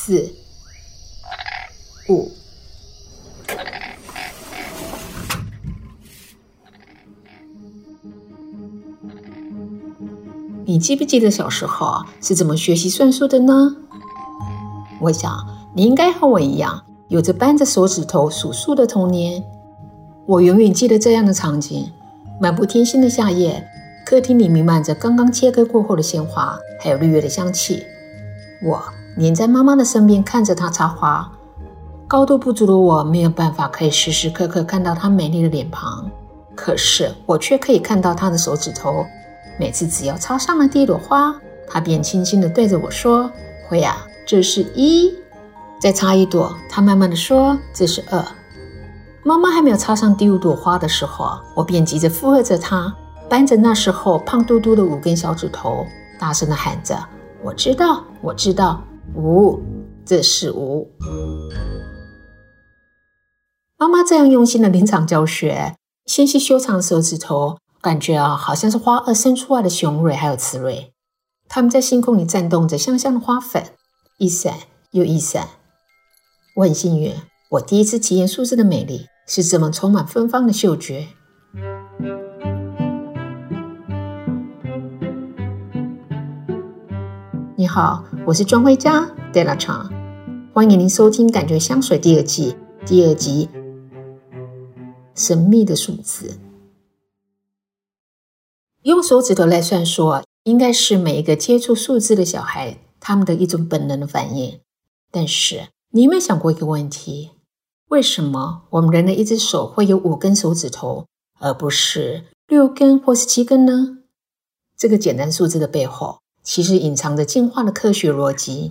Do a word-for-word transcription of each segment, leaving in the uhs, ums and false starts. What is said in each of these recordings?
四、五。你记不记得小时候是怎么学习算术的呢？我想你应该和我一样，有着扳着手指头数数的童年。我永远记得这样的场景：漫不天星的夏夜，客厅里弥漫着刚刚切割过后的鲜花，还有绿叶的香气。我黏在妈妈的身边，看着她插花。高度不足的我没有办法可以时时刻刻看到她美丽的脸庞，可是我却可以看到她的手指头。每次只要插上了第一朵花，她便轻轻地对着我说：“辉啊，这是一。”再插一朵，她慢慢地说：“这是二。”妈妈还没有插上第五朵花的时候，我便急着附和着她，扳着那时候胖嘟嘟的五根小指头，大声地喊着：“我知道，我知道，五，这是五。”妈妈这样用心的临场教学，纤细修长的手指头，感觉啊，好像是花萼生出来的雄蕊还有雌蕊，它们在星空里颤动着香香的花粉，一闪又一闪。我很幸运，我第一次体验数字的美丽，是这么充满芬芳的嗅觉。你好，我是庄慧嘉 Della Chang， 欢迎您收听《感觉香水》第二季第二集神秘的数字。用手指头来算数，应该是每一个接触数字的小孩他们的一种本能的反应。但是你有没有想过一个问题，为什么我们人的一只手会有五根手指头，而不是六根或是七根呢？这个简单数字的背后，其实隐藏着进化的科学逻辑。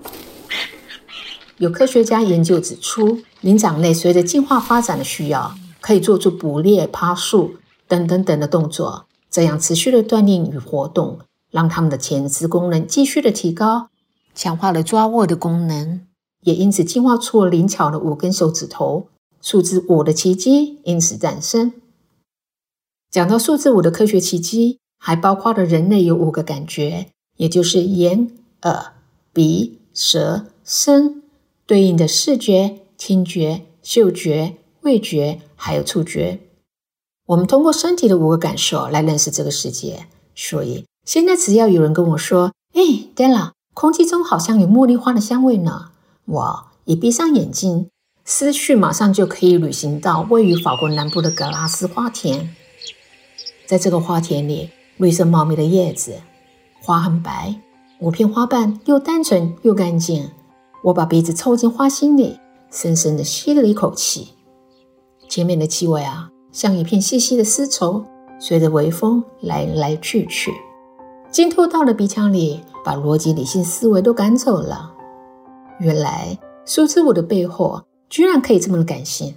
有科学家研究指出，灵长类随着进化发展的需要，可以做出捕猎、爬树等等等的动作，这样持续的锻炼与活动，让他们的前肢功能继续的提高，强化了抓握的功能，也因此进化出了灵巧的五根手指头，数字五的奇迹因此诞生。讲到数字五的科学奇迹，还包括了人类有五个感觉，也就是眼、耳、鼻、舌、身，对应的视觉、听觉、嗅觉、味觉还有触觉。我们通过身体的五个感受来认识这个世界，所以现在只要有人跟我说：“哎 Della， 空气中好像有茉莉花的香味呢。”我一闭上眼睛，思绪马上就可以旅行到位于法国南部的格拉斯花田。在这个花田里，绿色茂密的叶子，花很白，五片花瓣又单纯又干净。我把鼻子凑进花心里，深深地吸了一口气。前面的气味啊，像一片细细的丝绸，随着微风来来去去，浸透到了鼻腔里，把逻辑理性思维都赶走了。原来数字五的背后居然可以这么的感性。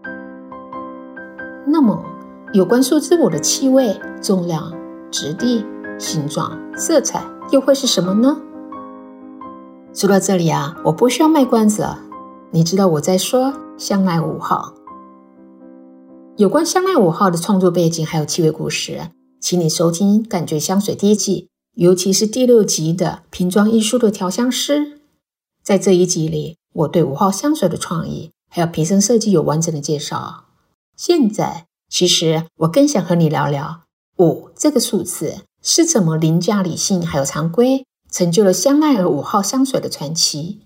那么有关数字五的气味、重量、质地、形状、色彩又会是什么呢？说到这里啊，我不需要卖关子了，你知道我在说香奈五号。有关香奈五号的创作背景还有气味故事，请你收听《感觉香水》第一季，尤其是第六集的瓶装艺术的调香师。在这一集里，我对五号香水的创意还有瓶身设计有完整的介绍。现在其实我更想和你聊聊五这个数字是怎么凌驾理性还有常规，成就了香奈儿五号香水的传奇。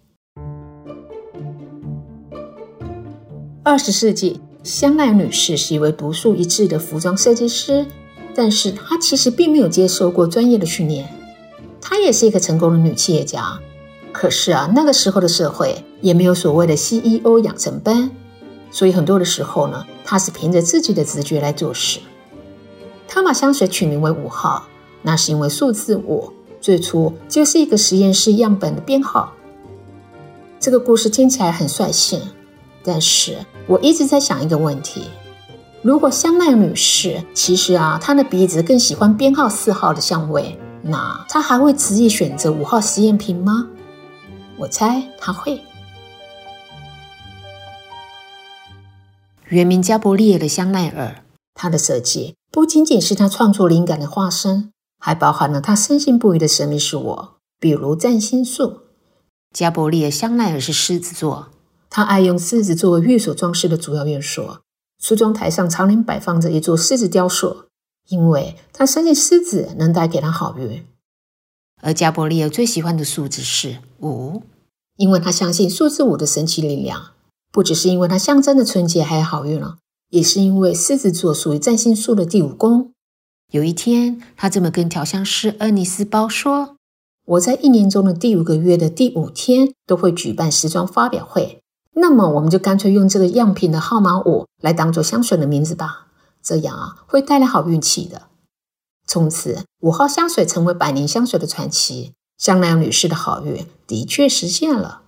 二十世纪，香奈儿女士是一位独树一帜的服装设计师，但是她其实并没有接受过专业的训练。她也是一个成功的女企业家，可是啊，那个时候的社会也没有所谓的 C E O 养成班，所以很多的时候呢，她是凭着自己的直觉来做事。她把香水取名为五号，那是因为数字五最初就是一个实验室样本的编号。这个故事听起来很率性，但是我一直在想一个问题，如果香奈儿女士其实啊，她的鼻子更喜欢编号四号的香味，那她还会执意选择五号实验瓶吗？我猜她会。原名加伯利尔的香奈儿，她的设计不仅仅是她创作灵感的化身，还包含了她深信不疑的神秘是我，比如占星术。 加伯利尔·香奈儿是狮子座，他爱用狮子作为寓所装饰的主要元素，梳妆台上常年摆放着一座狮子雕塑，因为他相信狮子能带给他好运。而加伯利尔最喜欢的数字是五，因为他相信数字五的神奇力量，不只是因为它象征的纯洁还有好运了，也是因为狮子座属于占星术的第五宫。有一天，他这么跟调香师恩尼斯包说，我在一年中的第五个月的第五天都会举办时装发表会，那么我们就干脆用这个样品的号码五来当做香水的名字吧，这样啊会带来好运气的。从此五号香水成为百年香水的传奇，香奈儿女士的好运的确实现了。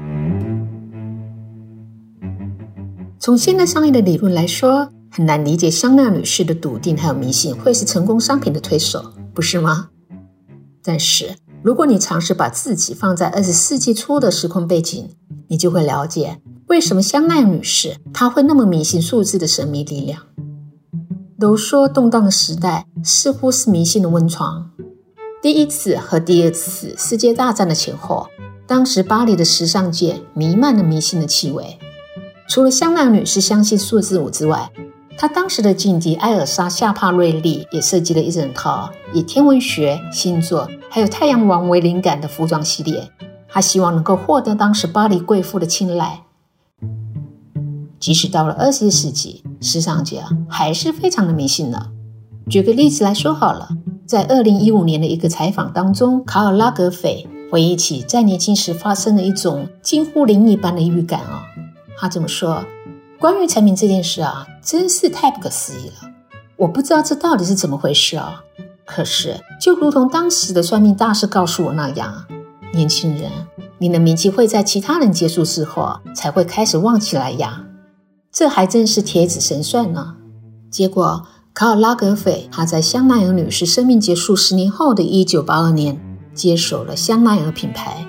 从现代商业的理论来说，很难理解香奈儿女士的笃定还有迷信会是成功商品的推手，不是吗？但是如果你尝试把自己放在二十世纪初的时空背景，你就会了解为什么香奈儿女士她会那么迷信数字的神秘力量。都说动荡的时代似乎是迷信的温床。第一次和第二次世界大战的前后，当时巴黎的时尚界弥漫了迷信的气味。除了香奈儿女士相信数字五之外，她当时的劲敌艾尔莎夏帕瑞利也设计了一整套以天文学、星座还有太阳王为灵感的服装系列，她希望能够获得当时巴黎贵妇的青睐。即使到了二十世纪，时尚界啊还是非常的迷信呢。举个例子来说好了，在二零一五年的一个采访当中，卡尔拉格斐回忆起在年轻时发生的一种近乎灵异般的预感啊。他这么说，关于成名这件事啊，真是太不可思议了。我不知道这到底是怎么回事啊。可是就如同当时的算命大师告诉我那样，年轻人，你的名气会在其他人结束之后才会开始旺起来呀。这还真是铁子神算呢。结果卡尔拉格斐他在香奈儿女士生命结束十年后的一九八二年接手了香奈儿品牌。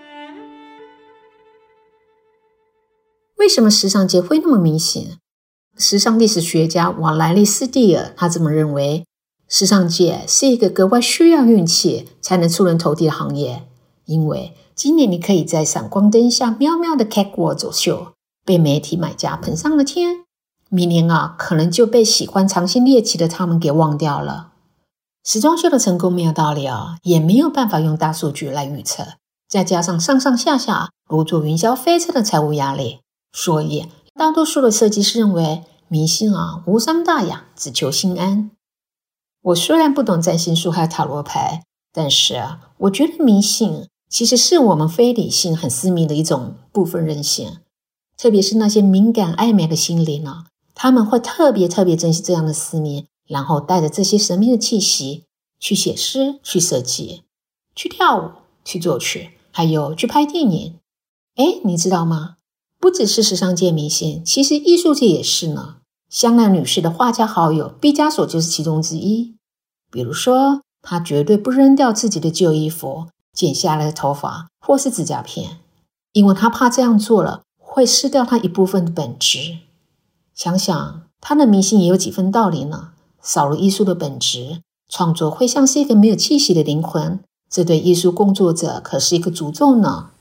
为什么时尚界会那么迷信？时尚历史学家瓦莱利斯蒂尔他这么认为，时尚界是一个格外需要运气才能出人头地的行业，因为今年你可以在闪光灯下喵喵的 catwalk 走秀，被媒体买家捧上了天，明年啊可能就被喜欢长心猎奇的他们给忘掉了。时装秀的成功没有道理啊，也没有办法用大数据来预测，再加上上上下下如坐云霄飞车的财务压力，所以大多数的设计师认为迷信啊无伤大雅，只求心安。我虽然不懂占星术还有塔罗牌，但是啊，我觉得迷信其实是我们非理性很私密的一种部分人性，特别是那些敏感暧昧的心灵啊，他们会特别特别珍惜这样的私密，然后带着这些神秘的气息去写诗、去设计、去跳舞、去作曲，还有去拍电影。诶，你知道吗？不只是时尚界迷信，其实艺术界也是呢。香奈儿女士的画家好友毕加索就是其中之一。比如说，她绝对不扔掉自己的旧衣服、剪下来的头发或是指甲片，因为她怕这样做了会失掉她一部分的本质。想想她的迷信也有几分道理呢。少了艺术的本质，创作会像是一个没有气息的灵魂，这对艺术工作者可是一个诅咒呢。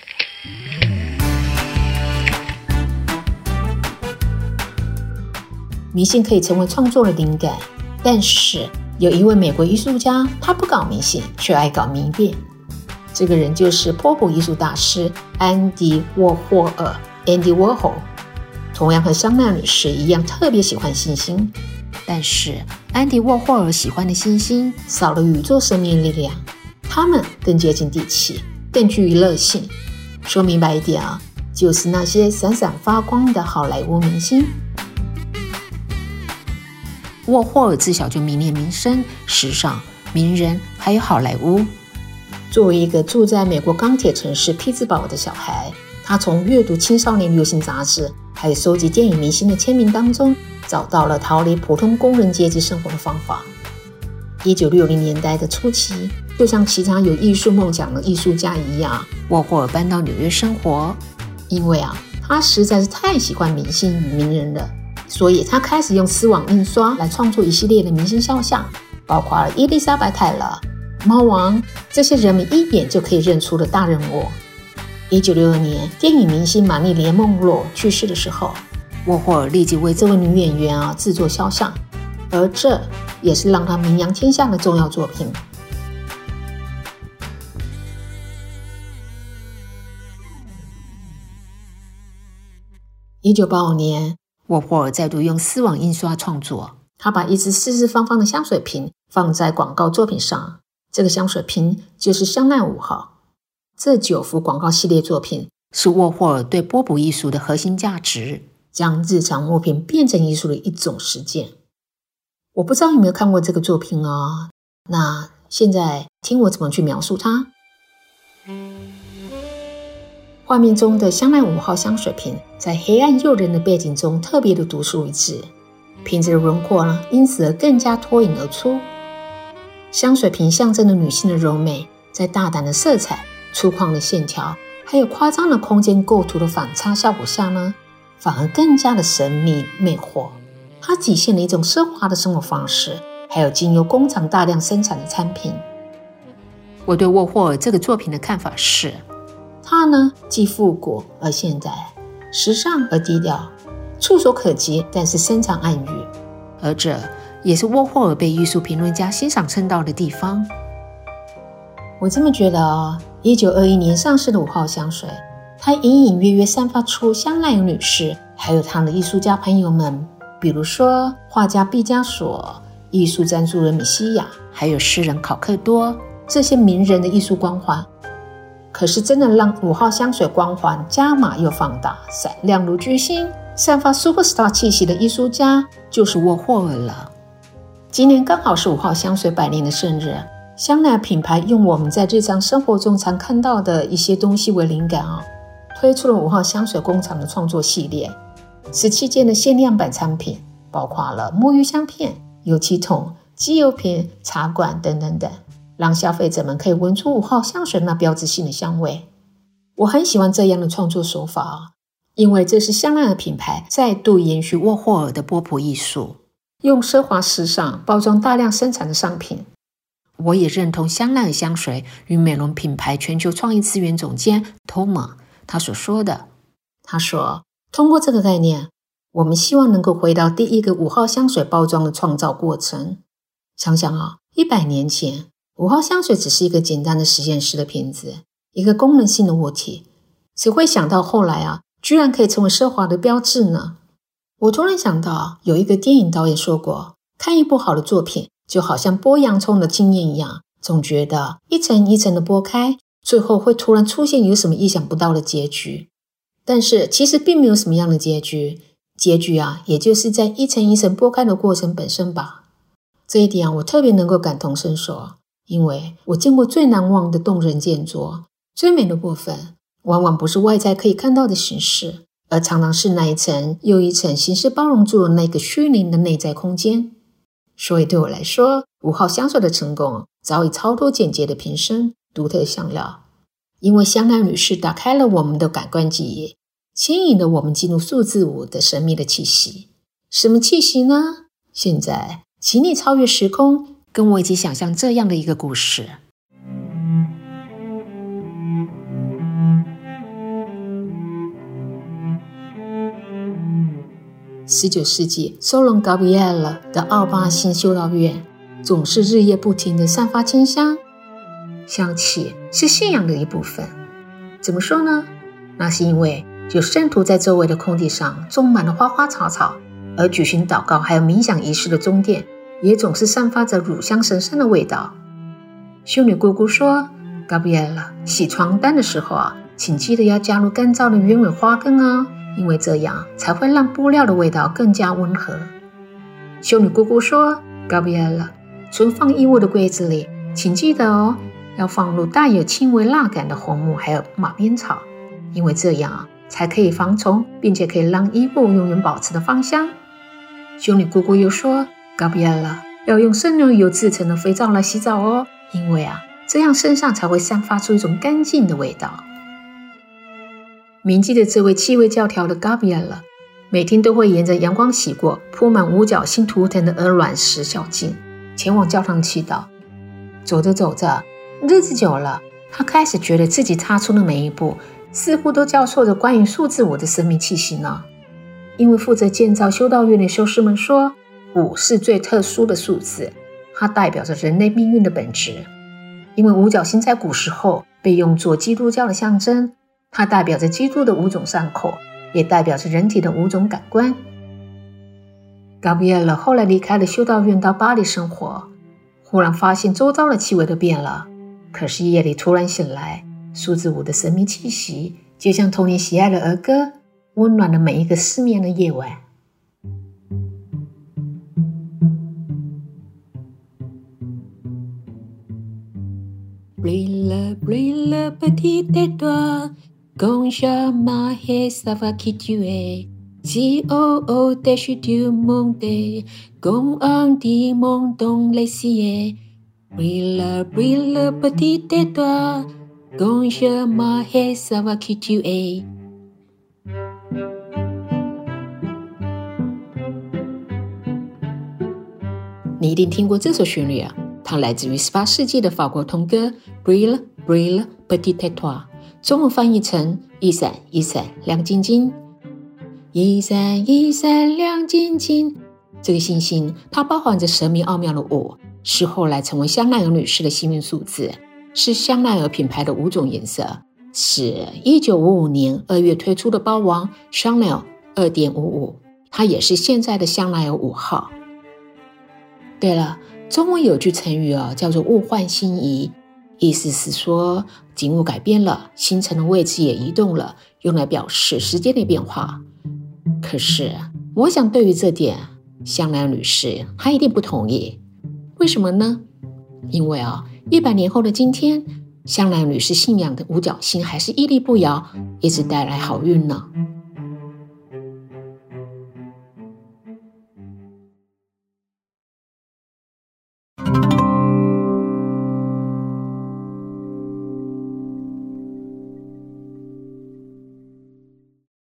迷信可以成为创作的灵感，但是有一位美国艺术家，他不搞迷信，却爱搞迷变。这个人就是波普艺术大师安迪沃霍尔 Andy Warhol， 同样和香奈儿女士一样特别喜欢星星，但是安迪沃霍尔喜欢的星星少了宇宙生命力量，他们更接近地气，更具娱乐性。说明白一点啊，就是那些闪闪发光的好莱坞明星。沃霍尔自小就迷恋名声、时尚、名人还有好莱坞。作为一个住在美国钢铁城市匹兹堡的小孩，他从阅读青少年流行杂志还有收集电影明星的签名当中，找到了逃离普通工人阶级生活的方法。一九六零年代的初期，就像其他有艺术梦想的艺术家一样，沃霍尔搬到纽约生活。因为啊，他实在是太喜欢明星与名人了，所以他开始用丝网印刷来创作一系列的明星肖像，包括了伊丽莎白泰勒、猫王这些人们一眼就可以认出的大人物。 一九六二年，电影明星玛丽莲梦露去世的时候，沃霍尔立即为这位女演员啊制作肖像，而这也是让她名扬天下的重要作品。一九八五年，沃霍尔再度用丝网印刷创作，他把一只四四方方的香水瓶放在广告作品上，这个香水瓶就是香奈五号。这九幅广告系列作品是沃霍尔对波普艺术的核心价值，将日常物品变成艺术的一种实践。我不知道有没有看过这个作品哦，那现在听我怎么去描述它。画面中的香奈五号香水瓶在黑暗诱人的背景中特别的独树一帜，瓶子的轮廓呢因此而更加脱颖而出。香水瓶象征着女性的柔美，在大胆的色彩、粗犷的线条还有夸张的空间构图的反差效果下呢，反而更加的神秘魅惑。它体现了一种奢华的生活方式，还有经由工厂大量生产的产品。我对沃霍尔这个作品的看法是，它呢既复古而现代，时尚而低调，触手可及但是深藏暗语，而这也是沃霍尔被艺术评论家欣赏称道的地方。我这么觉得哦，一九二一年上市的五号香水，它隐隐约约散发出香奈儿女士还有她的艺术家朋友们，比如说画家毕加索、艺术赞助人米西亚，还有诗人考克多，这些名人的艺术光环。可是真的让五号香水光环加码又放大，闪亮如巨星，散发 superstar 气息的艺术家就是沃霍尔了。今年刚好是五号香水百年的生日，香奈儿品牌用我们在日常生活中常看到的一些东西为灵感啊，推出了五号香水工厂的创作系列，十七件的限量版产品，包括了沐浴香片、油漆桶、机油瓶、茶罐等等等，让消费者们可以闻出五号香水那标志性的香味。我很喜欢这样的创作手法啊，因为这是香奈儿品牌再度延续沃霍尔的波普艺术，用奢华时尚包装大量生产的商品。我也认同香奈儿香水与美容品牌全球创意资源总监 Thomas 他所说的。他说，通过这个概念，我们希望能够回到第一个五号香水包装的创造过程。想想啊，一百年前五号香水只是一个简单的实验室的瓶子，一个功能性的物体，谁会想到后来啊，居然可以成为奢华的标志呢？我突然想到，有一个电影导演说过，看一部好的作品就好像剥洋葱的经验一样，总觉得一层一层的剥开，最后会突然出现有什么意想不到的结局。但是其实并没有什么样的结局，结局啊，也就是在一层一层剥开的过程本身吧。这一点啊，我特别能够感同身受，因为我见过最难忘的动人建筑，最美的部分往往不是外在可以看到的形式，而常常是那一层又一层形式包容住了那个虚拟的内在空间。所以对我来说，五号香水的成功早已超脱简洁的瓶身、独特的香料，因为香奈儿女士打开了我们的感官记忆，牵引了我们进入数字五的神秘的气息。什么气息呢？现在请你超越时空，跟我一起想象这样的一个故事。十九世纪收容 Gabrielle 的奥巴新修道院总是日夜不停地散发清香，香气是信仰的一部分。怎么说呢？那是因为有圣徒在周围的空地上种满了花花草草，而举行祷告还有冥想仪式的中殿也总是散发着乳香神圣的味道。修女姑姑说， Gabrielle 洗床单的时候啊，请记得要加入干燥的鸢尾花根哦，因为这样才会让布料的味道更加温和。修女姑姑说， Gabrielle 存放衣物的柜子里，请记得哦，要放入带有轻微辣感的红木还有马鞭草，因为这样才可以防虫，并且可以让衣物永远保持的芳香。修女姑姑又说， Gabrielle 要用生牛油制成的肥皂来洗澡哦，因为啊，这样身上才会散发出一种干净的味道。铭记的这位气味教条的 Gabrielle 每天都会沿着阳光洗过铺满五角星图腾的鹅卵石小径前往教堂祈祷。走着走着，日子久了，他开始觉得自己踏出的每一步似乎都交错着关于数字五的神秘气息呢。因为负责建造修道院的修士们说，五是最特殊的数字，它代表着人类命运的本质。因为五角星在古时候被用作基督教的象征，它代表着基督的五种伤口，也代表着人体的五种感官。Gabrielle 后来离开了修道院，到巴黎生活，忽然发现周遭的气味都变了。可是夜里突然醒来，数字五的神秘气息就像童年喜爱的儿歌，温暖了每一个失眠的夜晚。 Brille, brille, petite étoile, quand jamais ça va qui tu es. Si haut au-dessus du monde, comme un diamant dans les cieux. Brille, brille, petite étoile, quand jamais ça va qui tu es. 你一定听过这首旋律啊，它来自于十八世纪的法国童歌 Brille, brille, petite étoile， 中文翻译成一闪一闪亮晶晶。一闪一闪亮晶晶，这个星星它包含着神秘奥妙的五，是后来成为香奈儿女士的幸运数字，是香奈儿品牌的五种颜色，是一九五五年二月推出的包王 Chanel 二点五五， 它也是现在的香奈儿五号。对了，中文有句成语哦，叫做物换星移，意思是说景物改变了，星辰的位置也移动了，用来表示时间的变化。可是我想对于这点，香奈儿女士她一定不同意。为什么呢？因为啊，一百年后的今天，香奈儿女士信仰的五角星还是屹立不摇，一直带来好运呢。